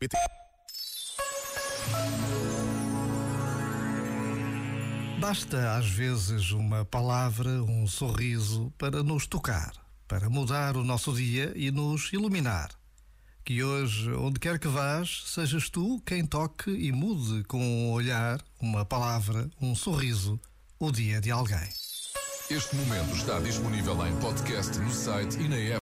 Pt. Basta às vezes uma palavra, um sorriso para nos tocar, para mudar o nosso dia e nos iluminar. Que hoje, onde quer que vás, sejas tu quem toque e mude com um olhar, uma palavra, um sorriso, o dia de alguém. Este momento está disponível em podcast no site e na app.